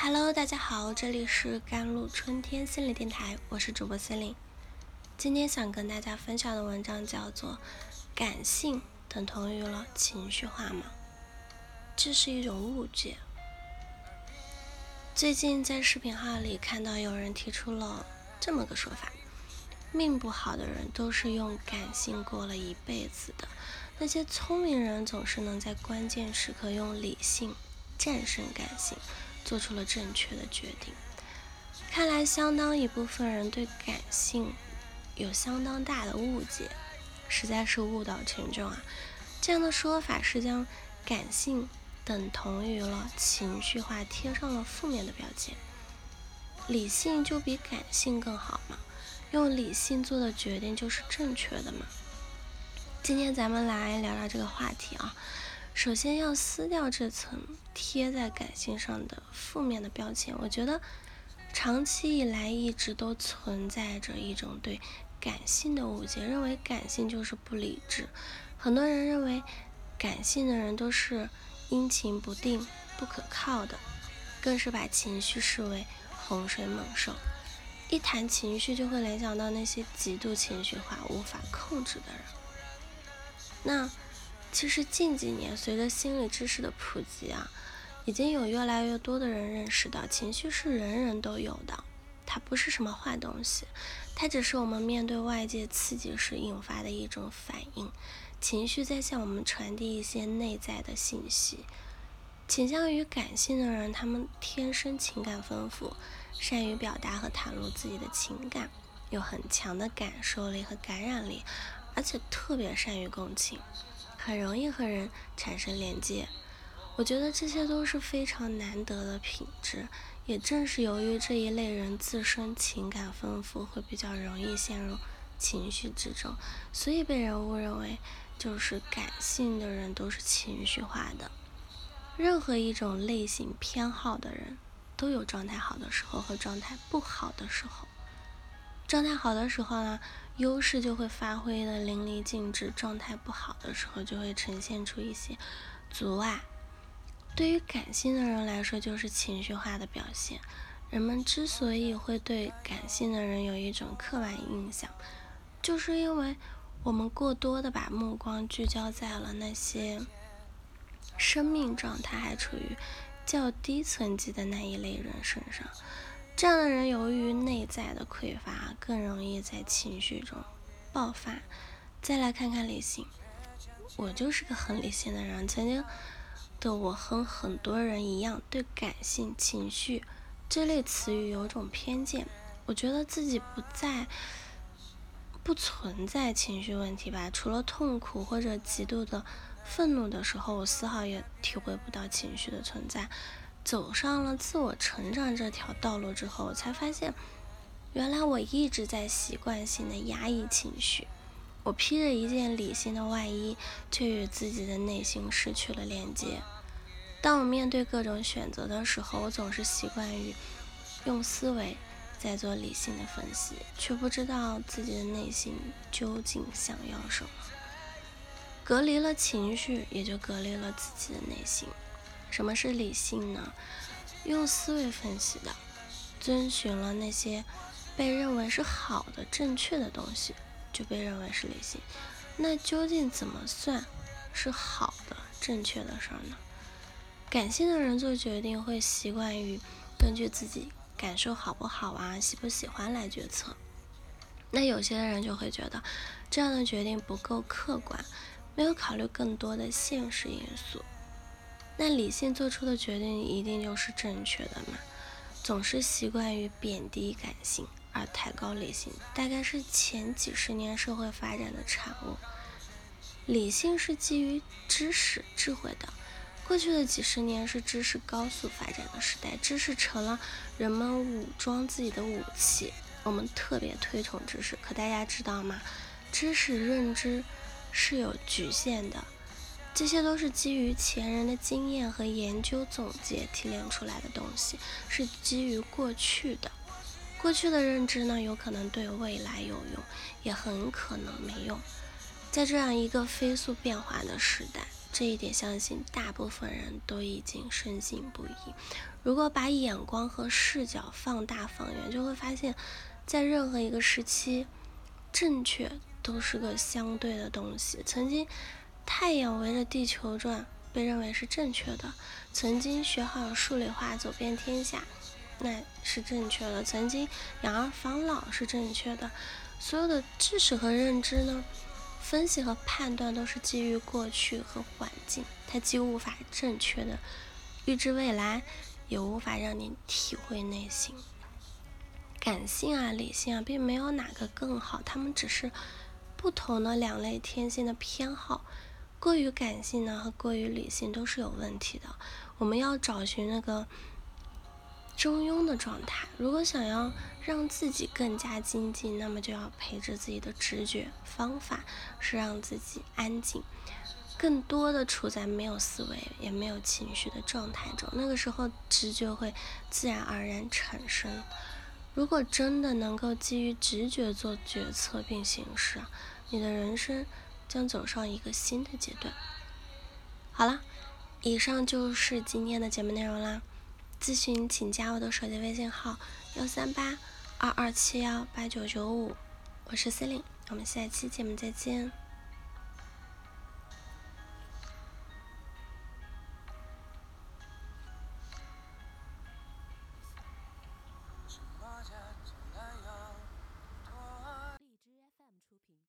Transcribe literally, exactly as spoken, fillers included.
Hello，大家好，这里是甘露春天心理电台，我是主播心灵。今天想跟大家分享的文章叫做感性等同于了情绪化吗？这是一种误解。最近在视频号里看到有人提出了这么个说法，命不好的人都是用感性过了一辈子的，那些聪明人总是能在关键时刻用理性战胜感性，做出了正确的决定。看来相当一部分人对感性有相当大的误解，实在是误导群众啊！这样的说法是将感性等同于了情绪化，贴上了负面的标签。理性就比感性更好吗？用理性做的决定就是正确的吗？今天咱们来聊聊这个话题啊。首先要撕掉这层贴在感性上的负面的标签，我觉得长期以来一直都存在着一种对感性的误解，认为感性就是不理智。很多人认为感性的人都是阴晴不定、不可靠的，更是把情绪视为洪水猛兽。一谈情绪就会联想到那些极度情绪化、无法控制的人。那其实近几年随着心理知识的普及啊，已经有越来越多的人认识到情绪是人人都有的，它不是什么坏东西，它只是我们面对外界刺激时引发的一种反应。情绪在向我们传递一些内在的信息。倾向于感性的人，他们天生情感丰富，善于表达和袒露自己的情感，有很强的感受力和感染力，而且特别善于共情，很容易和人产生连接。我觉得这些都是非常难得的品质，也正是由于这一类人自身情感丰富，会比较容易陷入情绪之中，所以被人误认为就是感性的人都是情绪化的。任何一种类型偏好的人都有状态好的时候和状态不好的时候。状态好的时候呢，优势就会发挥的淋漓尽致，状态不好的时候就会呈现出一些阻碍。对于感性的人来说，就是情绪化的表现。人们之所以会对感性的人有一种刻板印象，就是因为我们过多的把目光聚焦在了那些生命状态还处于较低层级的那一类人身上。这样的人由于内在的匮乏，更容易在情绪中爆发。再来看看理性，我就是个很理性的人，曾经的我和很多人一样，对感性、情绪这类词语有种偏见。我觉得自己不在不存在情绪问题吧，除了痛苦或者极度的愤怒的时候，我丝毫也体会不到情绪的存在。走上了自我成长这条道路之后，我才发现原来我一直在习惯性的压抑情绪，我披着一件理性的外衣，却与自己的内心失去了连接。当我面对各种选择的时候，我总是习惯于用思维在做理性的分析，却不知道自己的内心究竟想要什么。隔离了情绪，也就隔离了自己的内心。什么是理性呢？用思维分析的，遵循了那些被认为是好的、正确的东西，就被认为是理性。那究竟怎么算是好的、正确的事儿呢？感性的人做决定会习惯于根据自己感受好不好啊、喜不喜欢来决策。那有些人就会觉得这样的决定不够客观，没有考虑更多的现实因素。那理性做出的决定一定就是正确的吗？总是习惯于贬低感性而抬高理性，大概是前几十年社会发展的产物。理性是基于知识、智慧的，过去的几十年是知识高速发展的时代，知识成了人们武装自己的武器。我们特别推崇知识，可大家知道吗？知识认知是有局限的。这些都是基于前人的经验和研究总结提炼出来的东西，是基于过去的。过去的认知呢，有可能对未来有用，也很可能没用。在这样一个飞速变化的时代， 这一点相信大部分人都已经深信不疑。如果把眼光和视角放大放远，就会发现在任何一个时期，正确都是个相对的东西。曾经太阳围着地球转被认为是正确的，曾经学好数理化走遍天下那是正确的，曾经养儿防老是正确的。所有的知识和认知呢，分析和判断都是基于过去和环境，它既无法正确的预知未来，也无法让你体会内心。感性啊，理性啊，并没有哪个更好，它们只是不同的两类天性的偏好。过于感性呢和过于理性都是有问题的，我们要找寻那个中庸的状态。如果想要让自己更加精进，那么就要陪着自己的直觉，方法是让自己安静，更多的处在没有思维也没有情绪的状态中，那个时候直觉会自然而然产生。如果真的能够基于直觉做决策并行事，你的人生将走上一个新的阶段。好了，以上就是今天的节目内容啦。咨询请加我的手机微信号幺三八二二七幺八九九五，我是 Celine， 我们下期节目再见。